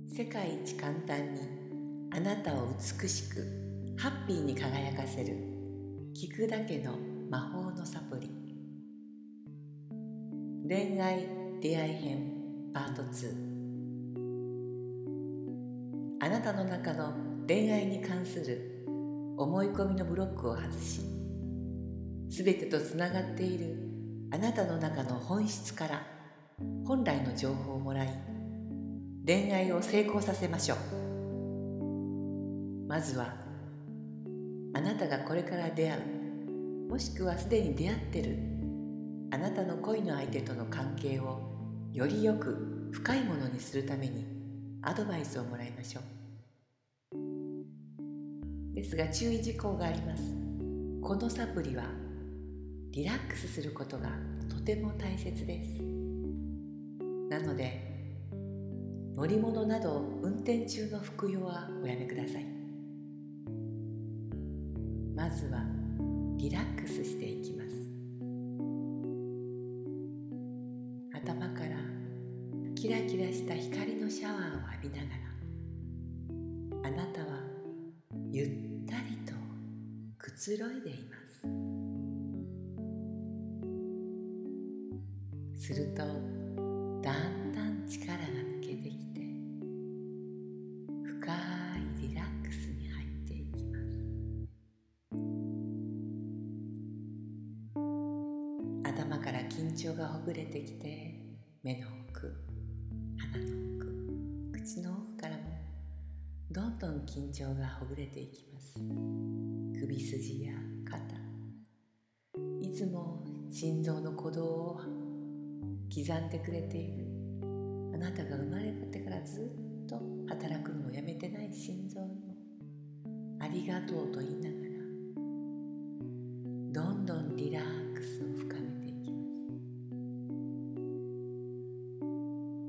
世界一簡単にあなたを美しくハッピーに輝かせる聞くだけの魔法のサプリ。恋愛出会い編パート2。あなたの中の恋愛に関する思い込みのブロックを外し、すべてとつながっているあなたの中の本質から本来の情報をもらい、恋愛を成功させましょう。まずはあなたがこれから出会う、もしくはすでに出会っているあなたの恋の相手との関係をよりよく深いものにするためにアドバイスをもらいましょう。ですが注意事項があります。このサプリはリラックスすることがとても大切です。なので乗り物など運転中の服用はおやめください。まずはリラックスしていきます。頭からキラキラした光のシャワーを浴びながら、あなたはゆったりとくつろいでいます。するとだんだん力が抜けてきて、深いリラックスに入っていきます。頭から緊張がほぐれてきて、目の奥、鼻の奥、口の奥からもどんどん緊張がほぐれていきます。首筋や肩、いつも心臓の鼓動を刻んでくれている、あなたが生まれてからずっと働くのをやめてない心臓にもありがとうと言いながら、どんどんリラックスを深めていきます。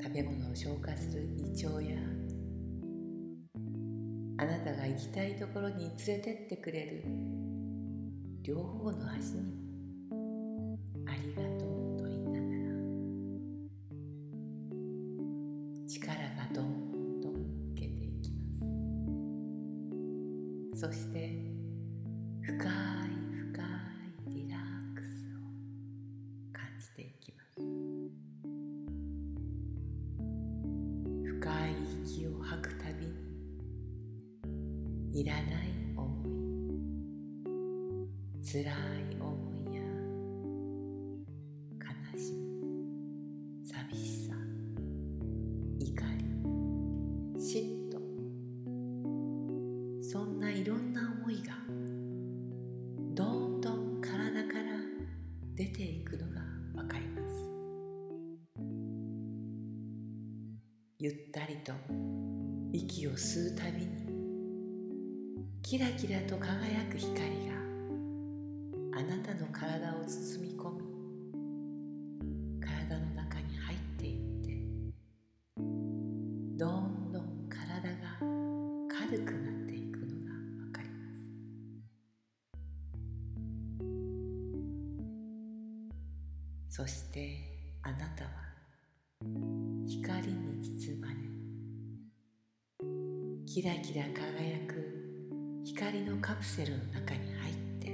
食べ物を消化する胃腸や、あなたが行きたいところに連れてってくれる両方の足にもありがとうと言いながら、力がどんどん抜けていきます。そして深い深いリラックスを感じていきます。深い息を吐くたびに、いらない思い、辛い思いや悲しみ、寂しさ、怒り、嫉妬、そんないろんな思いがどんどん体から出ていくのがわかります。ゆったりと息を吸うたびに、キラキラと輝く光があなたの体を包み込み、体の中に入っていって、どんどん体が軽くなっていくのがわかります。そしてあなたは光に包まれ、キラキラ輝く光のカプセルの中に入って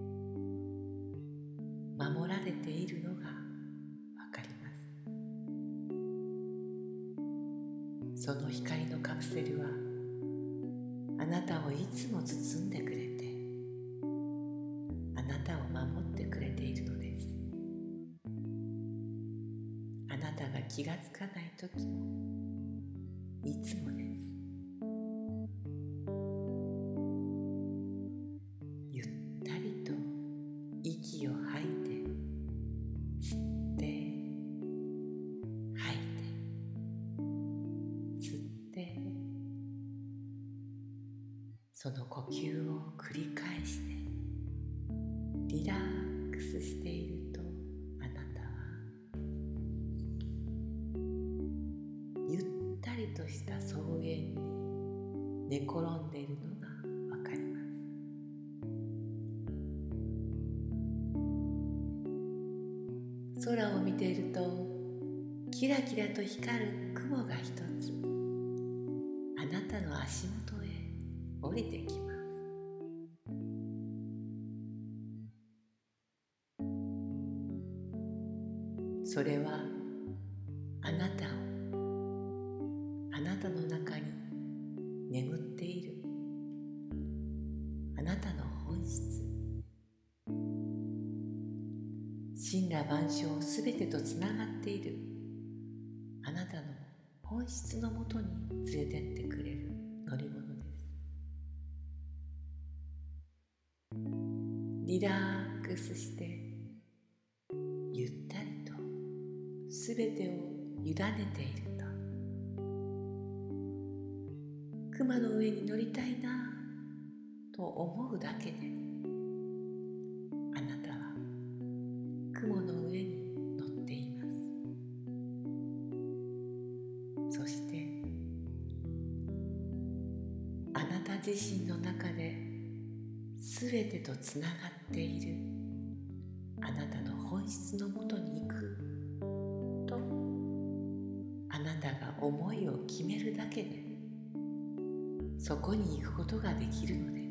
守られているのがわかります。その光のカプセルはあなたをいつも包んでくれて、あなたを守ってくれているのです。あなたが気がつかないときもいつもです。ゆったりと息を吐いて、吸って吐いて、吸って、その呼吸を繰り返してリラックスしていると、あなたはゆったりとした草原に寝転んでいるのがわかります。空を見ているとキラキラと光る雲が一つ、 なたの足元へ降りてきます。それはあなたをあなたの中に眠っているあなたの本質、森羅万象すべてとつながっているあなたの本質のもとに連れてってくれる乗り物です。リラックスしてゆったりとすべてを委ねていると、雲の上に乗りたいなと思うだけであなたは雲の上に乗っています。そしてあなた自身の中ですべてとつながっているあなたの本質のもとに行くと、あなたが思いを決めるだけでそこに行くことができるのです。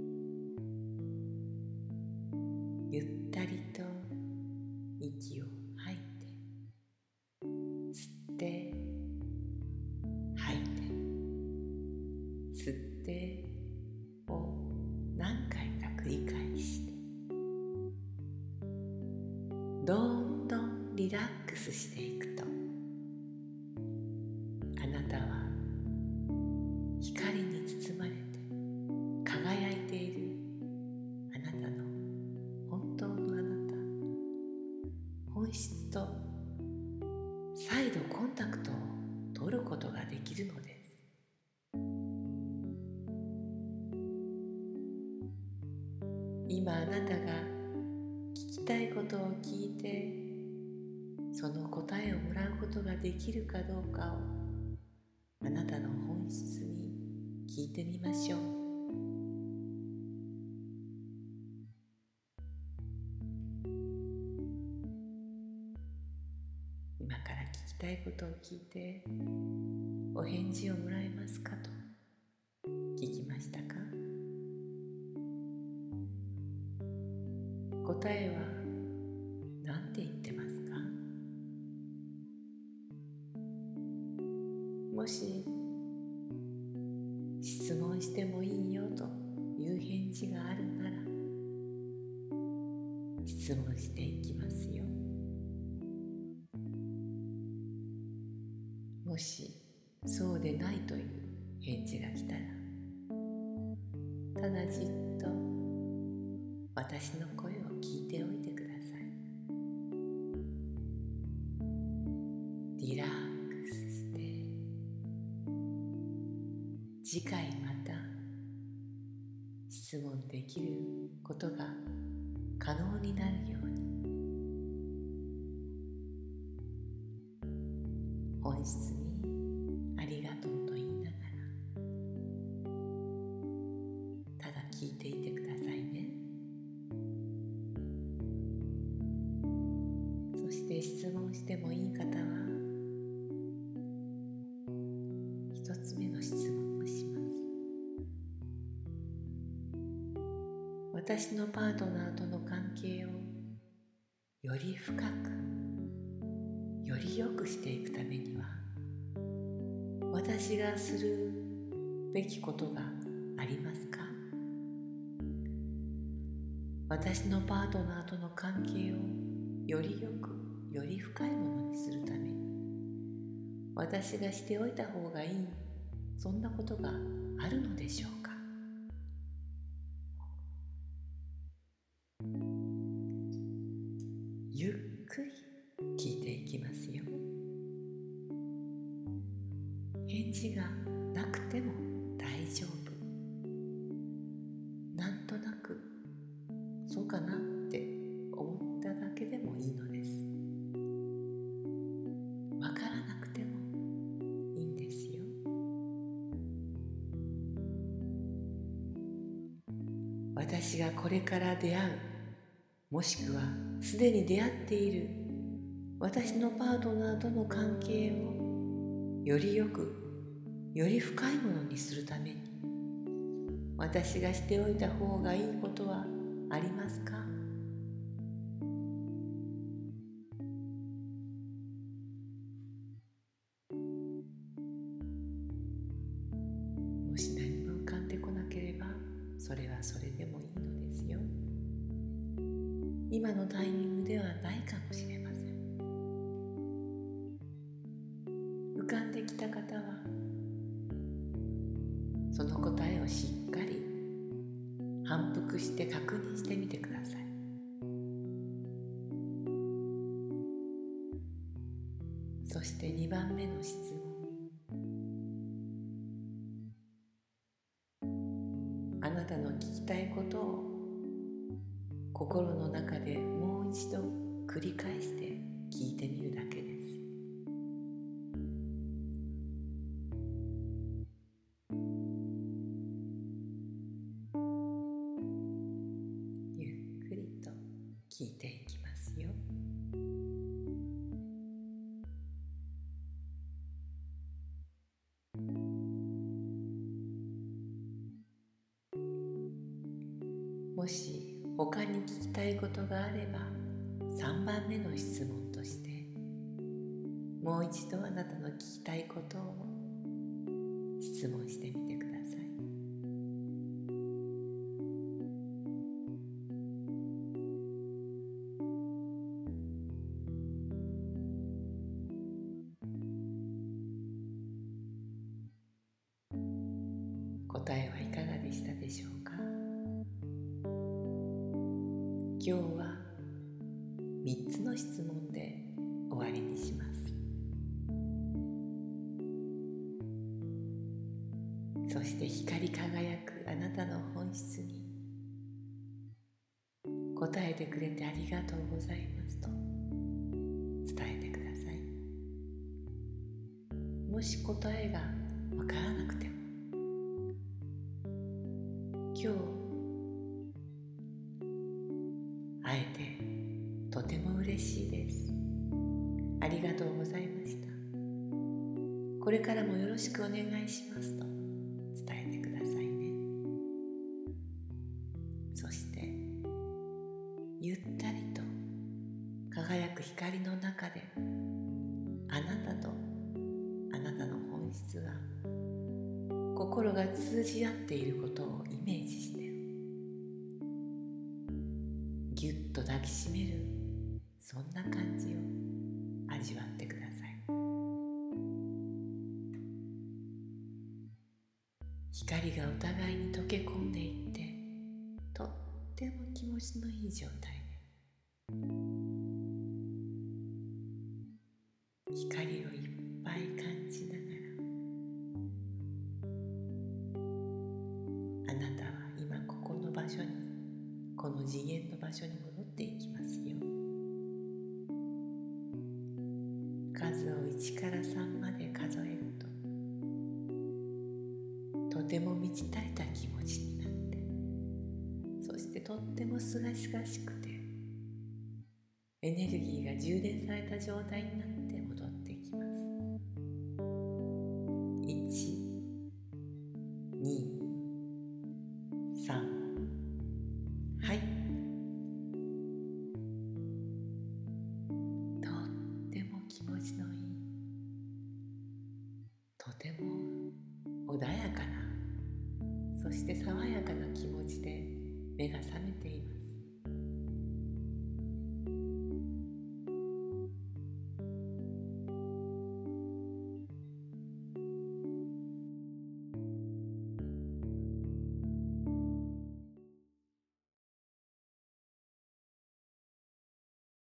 ゆったりと息を吐いて、吸って吐いて、吸ってを何回か繰り返して、どんどんリラックスしていくと、あなたは光に包まれて輝いているあなたの本当のあなた、本質と再度コンタクトを取ることができるのです。今あなたが聞きたいことを聞いて、その答えをもらうことができるかどうかをあなたの本質に聞いてみましょう。今から聞きたいことを聞いてお返事をもらえますかと聞きましたか？答えは何て言ってますか？もし質問してもいいよという返事があるなら質問していきますよ。もしそうでないという返事が来たら、ただじっと私の声を聞いておいてください。リラックスして、次回また質問できることが可能になるように、本質にありがとうと言いながらただ聞いていてくださいね。そして質問してもいい方は一つ目の質問をします。私のパートナーとの関係をより深くより良くしていくためには私がするべきことがありますか？私のパートナーとの関係をより良くより深いものにするために私がしておいた方がいい、そんなことがあるのでしょうか？ゆっくり聞いていきますよ。返事がなくても大丈夫。なんとなくそうかなって思っただけでもいいのです。わからなくてもいいんですよ。私がこれから出会う、もしくはすでに出会っている私のパートナーとの関係をより良くより深いものにするために私がしておいた方がいいことはありますか？もし何も浮かんでこなければそれはそれでもいいのですよ。今のタイミングではないかもしれません。浮かんできた方はその答えをしっかり反復して確認してみてください。そして2番目の質問。あなたの聞きたいことを心の中でもう一度繰り返して聞いてみるだけです。ゆっくりと聞いていきますよ。もし他に聞きたいことがあれば3番目の質問としてもう一度あなたの聞きたいことを質問してみてください。答えはいかがでしたでしょうか？今日は3つの質問で終わりにします。そして光り輝くあなたの本質に答えてくれてありがとうございますと伝えてください。もし答えがわからなくても今日会えてとても嬉しいです。ありがとうございました。これからもよろしくお願いしますと伝えてくださいね。そしてゆったりと輝く光の中であなたとあなたの本質が心が通じ合っていることをイメージしてぎゅっと抱きしめるそんな感じを味わってください。光がお互いに溶け込んでいってとっても気持ちのいい状態で光をいっぱい感じながらあなたは今ここの場所にこの次元の場所に戻っていきますよ。数を1から3まで数えるととても満ち足りた気持ちになってそしてとってもすがしくてエネルギーが充電された状態になって戻ってきます。1、2、3、はい。とっても気持ちのいいとても穏やかなそして爽やかな気持ちで目が覚めています。